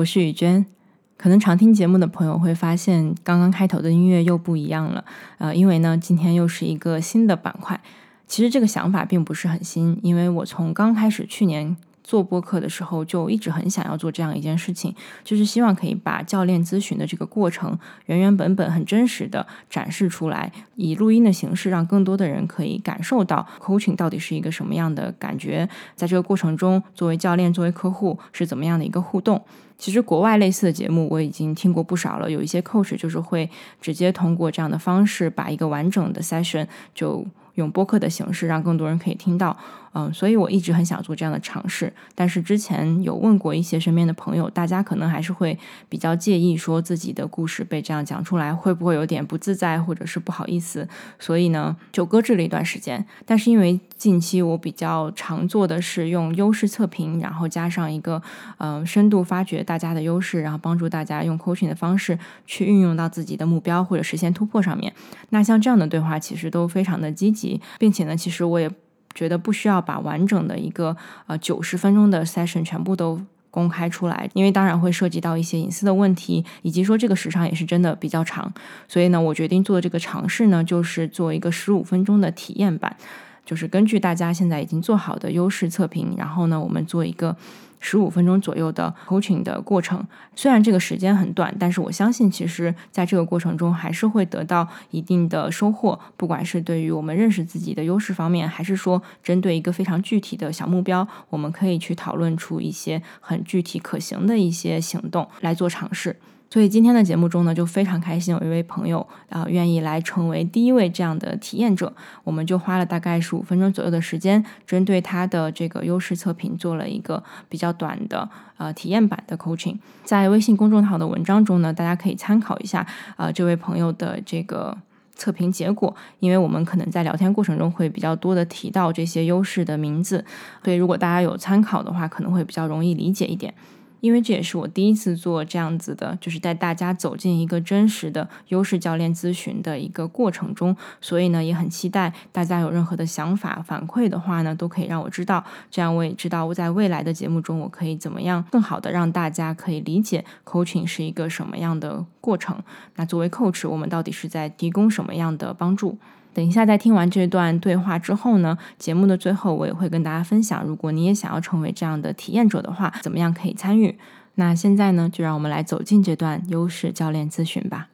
我是雨娟。可能常听节目的朋友会发现刚刚开头的音乐又不一样了，因为呢今天又是一个新的板块。其实这个想法并不是很新，因为我从刚开始去年做播客的时候就一直很想要做这样一件事情，就是希望可以把教练咨询的这个过程原原本本很真实的展示出来，以录音的形式让更多的人可以感受到 coaching 到底是一个什么样的感觉，在这个过程中作为教练作为客户是怎么样的一个互动。其实国外类似的节目我已经听过不少了，有一些 coach 就是会直接通过这样的方式把一个完整的 session 就用播客的形式让更多人可以听到。所以我一直很想做这样的尝试，但是之前有问过一些身边的朋友，大家可能还是会比较介意说自己的故事被这样讲出来会不会有点不自在或者是不好意思，所以呢就搁置了一段时间。但是因为近期我比较常做的是用优势测评，然后加上一个深度发掘大家的优势，然后帮助大家用 coaching 的方式去运用到自己的目标或者实现突破上面。那像这样的对话其实都非常的积极，并且呢其实我也觉得不需要把完整的一个90分钟的 session 全部都公开出来，因为当然会涉及到一些隐私的问题，以及说这个时长也是真的比较长。所以呢我决定做的这个尝试呢，就是做一个15分钟的体验版，就是根据大家现在已经做好的优势测评，然后呢我们做一个15分钟左右的 coaching 的过程。虽然这个时间很短，但是我相信其实在这个过程中还是会得到一定的收获，不管是对于我们认识自己的优势方面，还是说针对一个非常具体的小目标，我们可以去讨论出一些很具体可行的一些行动来做尝试。所以今天的节目中呢，就非常开心有一位朋友愿意来成为第一位这样的体验者。我们就花了大概15分钟左右的时间，针对他的这个优势测评做了一个比较短的体验版的 coaching。在微信公众号的文章中呢，大家可以参考一下这位朋友的这个测评结果，因为我们可能在聊天过程中会比较多的提到这些优势的名字，所以如果大家有参考的话，可能会比较容易理解一点。因为这也是我第一次做这样子的，就是带大家走进一个真实的优势教练咨询的一个过程中，所以呢也很期待大家有任何的想法反馈的话呢，都可以让我知道，这样我也知道我在未来的节目中我可以怎么样更好的让大家可以理解 coaching 是一个什么样的过程，那作为 coach 我们到底是在提供什么样的帮助。等一下在听完这段对话之后呢，节目的最后我也会跟大家分享，如果你也想要成为这样的体验者的话，怎么样可以参与。那现在呢，就让我们来走进这段优势教练咨询吧。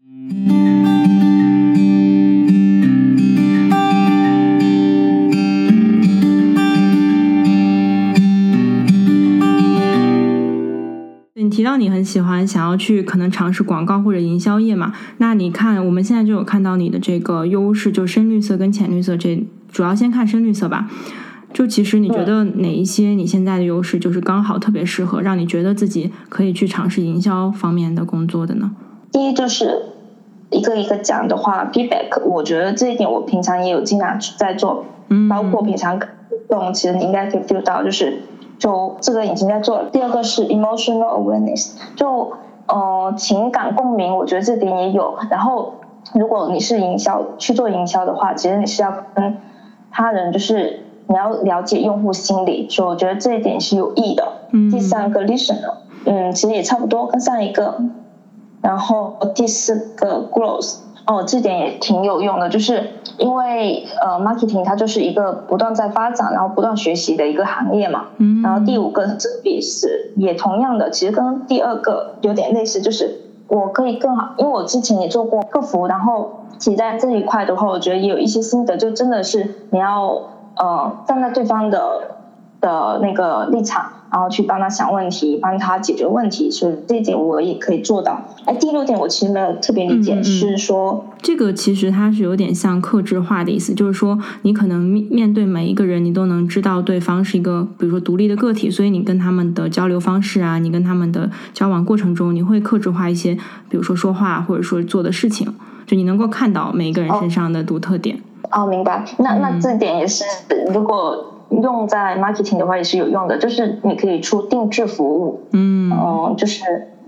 你提到你很喜欢想要去可能尝试广告或者营销业嘛，那你看我们现在就有看到你的这个优势，就深绿色跟浅绿色，这主要先看深绿色吧。就其实你觉得哪一些你现在的优势就是刚好特别适合让你觉得自己可以去尝试营销方面的工作的呢？ 第一就是一个一个讲的话 feedback， 我觉得这一点我平常也有经常在做，包括平常动其实你应该可以 feel 到，就这个已经在做了。第二个是 emotional awareness， 就情感共鸣，我觉得这点也有。然后如果你是去做营销的话，其实你是要跟他人，就是你要了解用户心理，所以我觉得这一点是有益的。第三个 listener， 其实也差不多跟上一个。然后第四个 growth， 这点也挺有用的，就是因为marketing 它就是一个不断在发展然后不断学习的一个行业嘛。然后第五个 service 也同样的，其实跟第二个有点类似，就是我可以更好，因为我之前也做过客服，然后其实在这一块的话我觉得也有一些心得，就真的是你要站在对方的那个立场，然后去帮他想问题，帮他解决问题，所以这一点我也可以做到。第六点我其实没有特别理解，是说这个其实它是有点像客制化的意思，就是说你可能面对每一个人你都能知道对方是一个比如说独立的个体，所以你跟他们的交流方式啊，你跟他们的交往过程中你会客制化一些，比如说话或者说做的事情，就你能够看到每一个人身上的独特点。 明白。那这点也是如果用在 marketing 的话也是有用的，就是你可以出定制服务。就是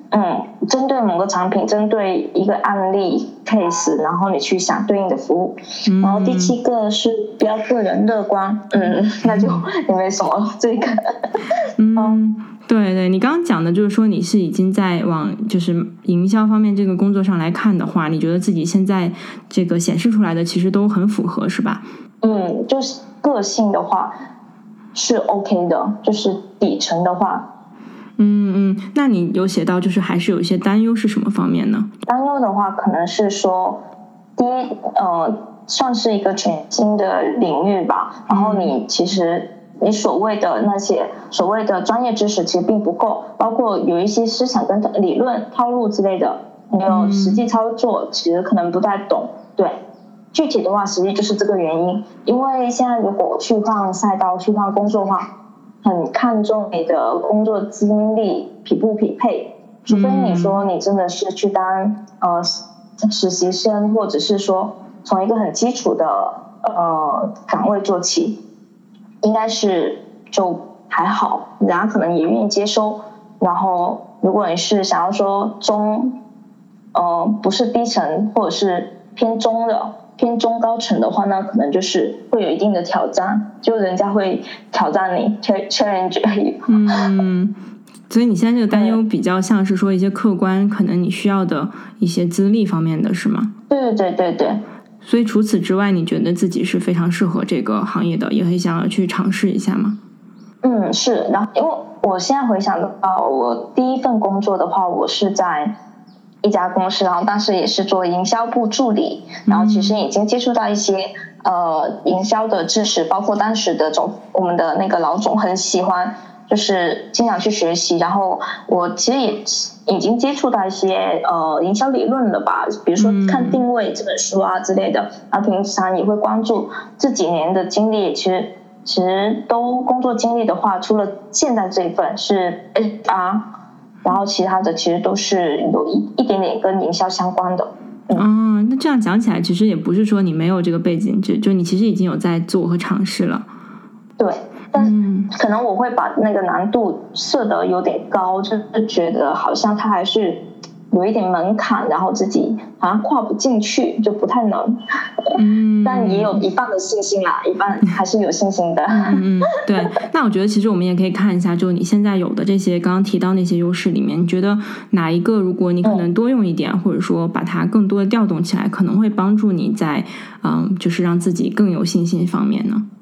针对某个产品，针对一个案例 case， 然后你去想对应的服务。然后第7个是比较个人乐观，那就也没什么这个。 对对，你刚刚讲的就是说你是已经在往就是营销方面这个工作上来看的话，你觉得自己现在这个显示出来的其实都很符合，是吧？ 就是个性的话是 OK 的，就是底层的话。 那你有写到就是还是有一些担忧是什么方面呢？ 担忧的话可能是说，第一算是一个全新的领域吧，然后你其实你所谓的那些所谓的专业知识其实并不够，包括有一些思想跟理论套路之类的，没有实际操作其实可能不太懂。对，具体的话实际就是这个原因。因为现在如果去换赛道去换工作的话，很看重你的工作经历匹不匹配，除非你说你真的是去当实习生，或者是说从一个很基础的岗位做起，应该是就还好，人家可能也愿意接收。然后如果你是想要说不是低层或者是偏中高层的话，那可能就是会有一定的挑战，就人家会挑战你 challenge 所以你现在这个担忧比较像是说一些客观可能你需要的一些资历方面的是吗？ 对对对对。 所以除此之外你觉得自己是非常适合这个行业的，也很想要去尝试一下吗？ 是。然后因为我现在回想到我第一份工作的话，我是在一家公司，然后当时也是做营销部助理，然后其实已经接触到一些营销的知识，包括当时的我们的那个老总很喜欢，就是经常去学习。然后我其实也已经接触到一些营销理论了吧，比如说看定位这本书啊之类的，然后平常也会关注这几年的经历，其实都工作经历的话，除了现在这一份是 HR， 然后其他的其实都是有一点点跟营销相关的。 那这样讲起来其实也不是说你没有这个背景，就你其实已经有在做和尝试了。 对，但可能我会把那个难度设得有点高，就是觉得好像它还是有一点门槛，然后自己好像跨不进去，就不太能。但也有一半的信心啦，一半还是有信心的。 对。那我觉得其实我们也可以看一下，就你现在有的这些刚刚提到那些优势里面，你觉得哪一个如果你可能多用一点，或者说把它更多的调动起来，可能会帮助你在就是让自己更有信心方面呢？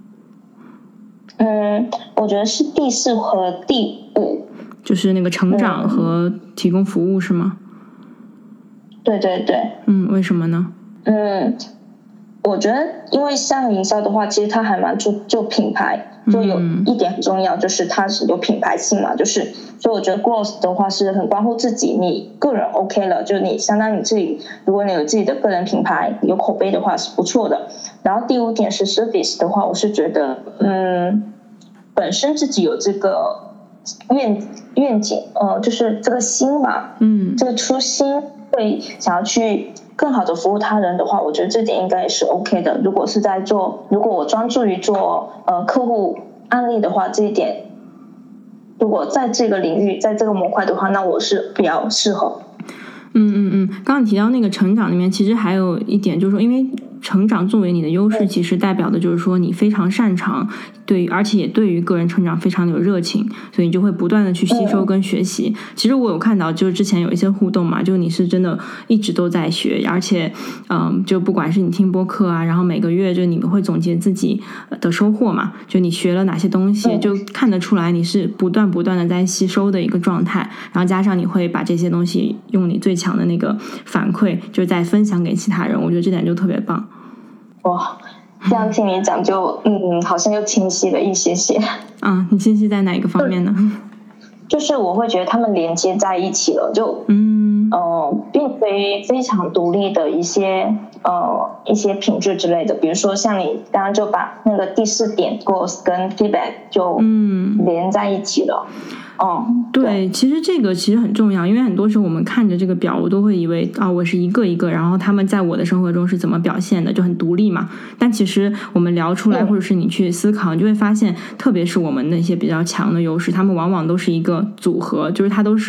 我觉得是第4和第5， 就是那个成长和提供服务是吗？ 对对对。 为什么呢？ 我觉得因为像营销的话，其实它还蛮就品牌，就有一点很重要，就是它是有品牌性嘛，就是所以我觉得 growth 的话是很关乎自己，你个人 OK 了，就你相当于自己，如果你有自己的个人品牌，有口碑的话是不错的。然后第5点是 service 的话，我是觉得本身自己有这个愿景，就是这个心吧，这个初心，会想要去更好的服务他人的话，我觉得这点应该也是 OK 的。如果我专注于做客户案例的话，这一点如果在这个领域在这个模块的话，那我是比较适合。 刚刚提到那个成长里面，其实还有一点就是说，因为成长作为你的优势，其实代表的就是说你非常擅长，而且也对于个人成长非常的有热情，所以你就会不断的去吸收跟学习。其实我有看到，就是之前有一些互动嘛，就你是真的一直都在学，而且就不管是你听播客啊，然后每个月就你们会总结自己的收获嘛，就你学了哪些东西，就看得出来你是不断的在吸收的一个状态，然后加上你会把这些东西用你最强的那个反馈，就是再分享给其他人，我觉得这点就特别棒。 哇，这样听你讲就好像又清晰了一些些。 你清晰在哪一个方面呢？ 就是我会觉得他们连接在一起了，就并非非常独立的一些品质之类的。比如说像你刚刚就把那个第4点 growth 跟 feedback 就连在一起了。 对，其实这个其实很重要，因为很多时候我们看着这个表，我都会以为我是一个一个，然后他们在我的生活中是怎么表现的，就很独立嘛。但其实我们聊出来，或者是你去思考，你就会发现，特别是我们那些比较强的优势，他们往往都是一个组合，就是它都是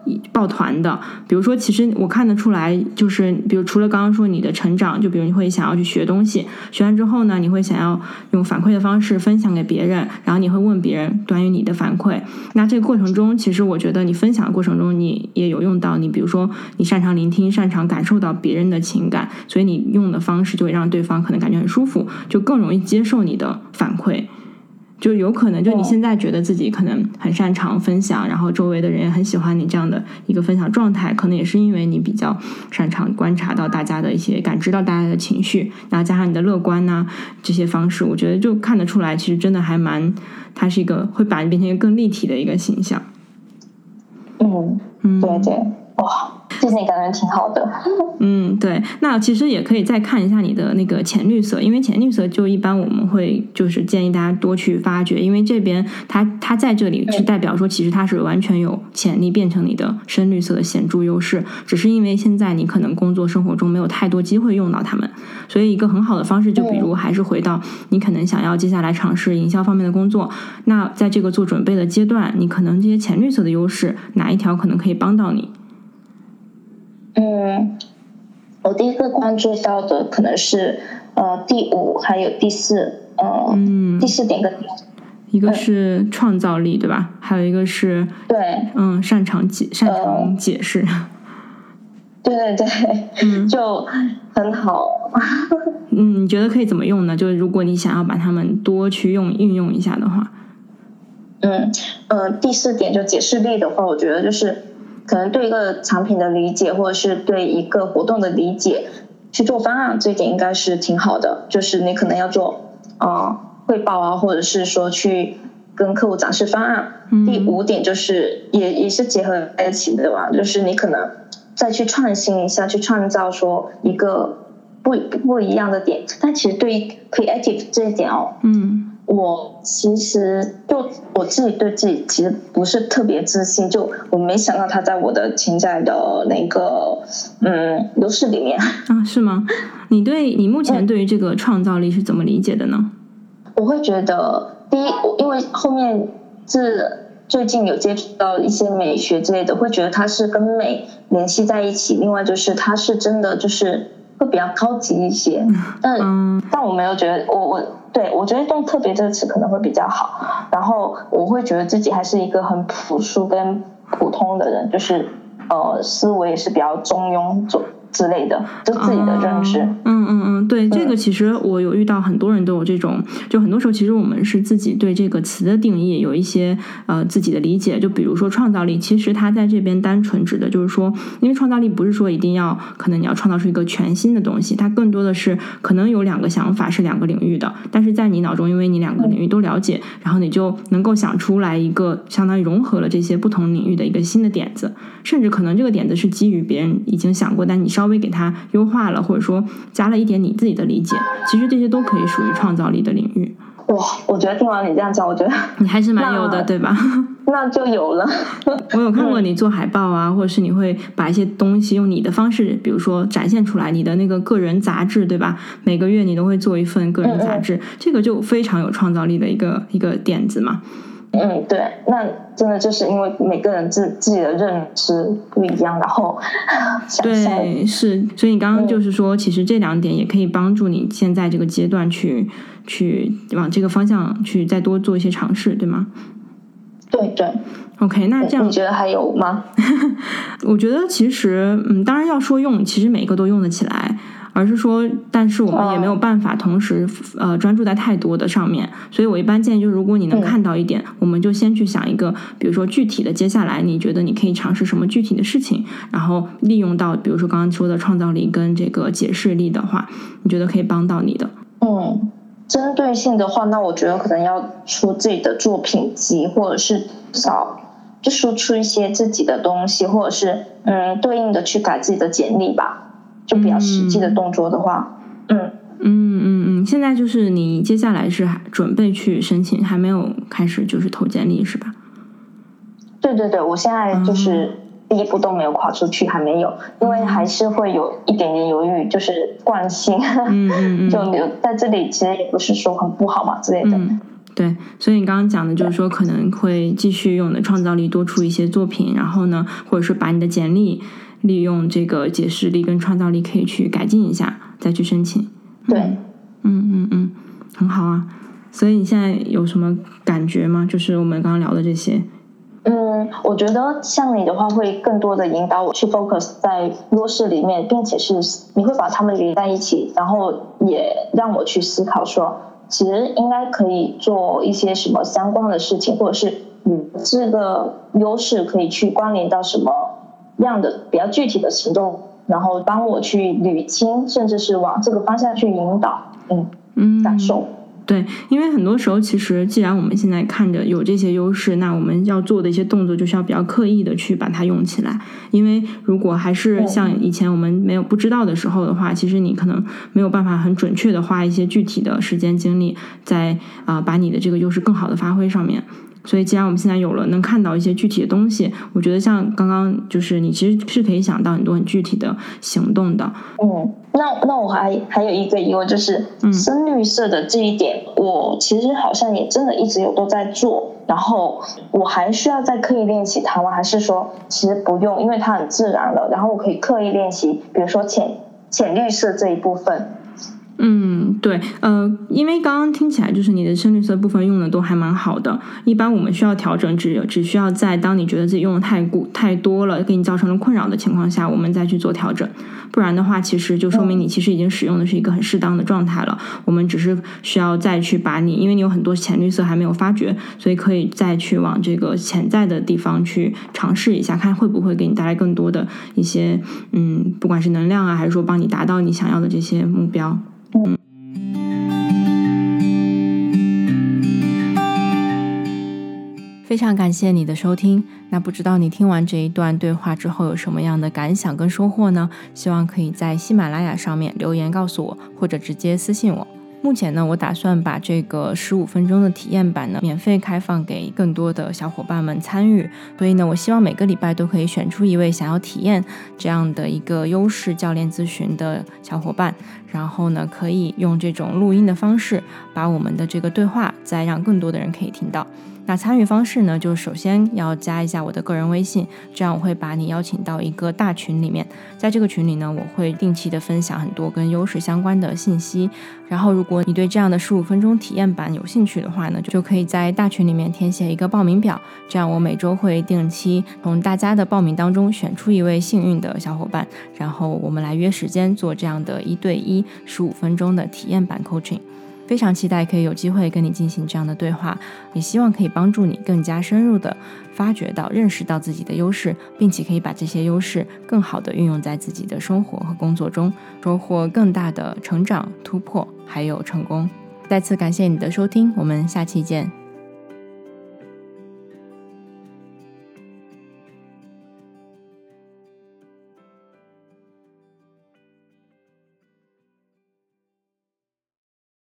抱团的。比如说其实我看得出来，就是比如除了刚刚说你的成长，就比如你会想要去学东西，学完之后呢，你会想要用反馈的方式分享给别人，然后你会问别人关于你的反馈。那这个过程中，其实我觉得你分享的过程中，你也有用到你，比如说你擅长聆听，擅长感受到别人的情感，所以你用的方式就会让对方可能感觉很舒服，就更容易接受你的反馈。就有可能就你现在觉得自己可能很擅长分享，然后周围的人也很喜欢你这样的一个分享状态，可能也是因为你比较擅长观察到大家的一些，感知到大家的情绪，然后加上你的乐观呐，这些方式，我觉得就看得出来，其实真的还蛮，它是一个会把你变成一个更立体的一个形象。 对对，哇，这你感觉挺好的。 对，那其实也可以再看一下你的那个浅绿色，因为浅绿色就一般我们会就是建议大家多去发掘，因为这边它在这里是代表说其实它是完全有潜力变成你的深绿色的显著优势，只是因为现在你可能工作生活中没有太多机会用到它们，所以一个很好的方式就比如还是回到你可能想要接下来尝试营销方面的工作，那在这个做准备的阶段，你可能这些浅绿色的优势哪一条可能可以帮到你？ 我第一个关注到的可能是第5还有第4，第4点跟一个是创造力，对吧？还有一个是对， 擅长解释。 对对对，就很好。 你觉得可以怎么用呢？就是如果你想要把它们多去运用一下的话。 第4点就解释力的话，我觉得就是可能对一个产品的理解，或者是对一个活动的理解，去做方案，这一点应该是挺好的。就是你可能要做汇报啊，或者是说去跟客户展示方案。第5点就是也是结合在一起的吧，就是你可能再去创新一下，去创造说一个不一样的点。但其实对于 creative 这一点我其实就我自己对自己其实不是特别自信，就我没想到它在我的潜在的那个优势里面是吗？你目前对于这个创造力是怎么理解的呢？ 我会觉得第一，因为后面最近有接触到一些美学之类的，会觉得它是跟美联系在一起。另外就是它是真的就是会比较高级一些，但我没有觉得我觉得用特别这个词可能会比较好。然后我会觉得自己还是一个很朴素跟普通的人，就是思维也是比较中庸之类的，就自己的认知。 对，这个其实我有遇到很多人都有这种，就很多时候其实我们是自己对这个词的定义有一些自己的理解。就比如说创造力，其实它在这边单纯指的就是说，因为创造力不是说一定要可能你要创造出一个全新的东西，它更多的是可能有2个想法是2个领域的，但是在你脑中因为你2个领域都了解，然后你就能够想出来一个相当于融合了这些不同领域的一个新的点子，甚至可能这个点子是基于别人已经想过，但你稍微给它优化了，或者说加了一点你自己的理解，其实这些都可以属于创造力的领域。 哇，我觉得听完你这样讲，我觉得你还是蛮有的，对吧？ 那就有了。 我有看过你做海报啊，或者是你会把一些东西用你的方式，比如说展现出来，你的那个个人杂志，对吧？每个月你都会做一份个人杂志，这个就非常有创造力的一个点子嘛。 对，那真的就是因为每个人自己的认知不一样，然后对，是，所以你刚刚就是说，其实这2点也可以帮助你现在这个阶段去往这个方向去再多做一些尝试，对吗？ 对。 OK， 那这样你觉得还有吗？ 我觉得其实当然要说用，其实每个都用得起来，而是说但是我们也没有办法同时专注在太多的上面，所以我一般建议就是如果你能看到一点，我们就先去想一个比如说具体的接下来你觉得你可以尝试什么具体的事情，然后利用到比如说刚刚说的创造力跟这个解释力的话，你觉得可以帮到你的。 针对性的话，那我觉得可能要出自己的作品集，或者是至少就输出一些自己的东西，或者是对应的去改自己的简历吧，就比较实际的动作的话。 现在就是你接下来是准备去申请，还没有开始就是投简历是吧？对， 我现在就是第一步都没有跨出去，还没有，因为还是会有一点点犹豫，就是惯性。就在这里其实也不是说很不好嘛之类的。 对，所以你刚刚讲的就是说可能会继续用你的创造力多出一些作品，然后呢或者是把你的简历利用这个解释力跟创造力可以去改进一下再去申请。 对， 很好啊。所以你现在有什么感觉吗？就是我们刚刚聊的这些。 我觉得像你的话会更多的引导我去 focus 在优势里面，并且是你会把他们连在一起，然后也让我去思考说其实应该可以做一些什么相关的事情，或者是这个优势可以去关联到什么样的比较具体的行动，然后帮我去捋清，甚至是往这个方向去引导感受。 对，因为很多时候其实既然我们现在看着有这些优势，那我们要做的一些动作就是要比较刻意的去把它用起来。因为如果还是像以前我们不知道的时候的话，其实你可能没有办法很准确的花一些具体的时间精力在把你的这个优势更好的发挥上面。所以既然我们现在有了能看到一些具体的东西，我觉得像刚刚就是你其实是可以想到很多很具体的行动的。 那我还有一个疑问，就是深绿色的这一点，我其实好像也真的一直都在做，然后我还需要再刻意练习它吗？还是说其实不用，因为它很自然了，然后我可以刻意练习比如说浅绿色这一部分。 对，因为刚刚听起来就是你的深绿色部分用的都还蛮好的，一般我们需要调整只需要在当你觉得自己用的太多了，给你造成了困扰的情况下，我们再去做调整。不然的话，其实就说明你其实已经使用的是一个很适当的状态了。我们只是需要再去把你，因为你有很多浅绿色还没有发掘，所以可以再去往这个潜在的地方去尝试一下，看会不会给你带来更多的一些不管是能量啊，还是说帮你达到你想要的这些目标。非常感谢你的收听。那不知道你听完这一段对话之后有什么样的感想跟收获呢？希望可以在喜马拉雅上面留言告诉我，或者直接私信我。目前呢，我打算把这个15分钟的体验版呢免费开放给更多的小伙伴们参与，所以呢，我希望每个礼拜都可以选出一位想要体验这样的一个优势教练咨询的小伙伴，然后呢，可以用这种录音的方式把我们的这个对话再让更多的人可以听到。那参与方式呢，就首先要加一下我的个人微信，这样我会把你邀请到一个大群里面，在这个群里呢，我会定期的分享很多跟优势相关的信息。然后如果你对这样的15分钟体验版有兴趣的话呢，就可以在大群里面填写一个报名表，这样我每周会定期从大家的报名当中选出一位幸运的小伙伴，然后我们来约时间做这样的1对1 15分钟的体验版 coaching。非常期待可以有机会跟你进行这样的对话，也希望可以帮助你更加深入的发掘到、认识到自己的优势，并且可以把这些优势更好的运用在自己的生活和工作中，收获更大的成长、突破还有成功。再次感谢你的收听，我们下期见。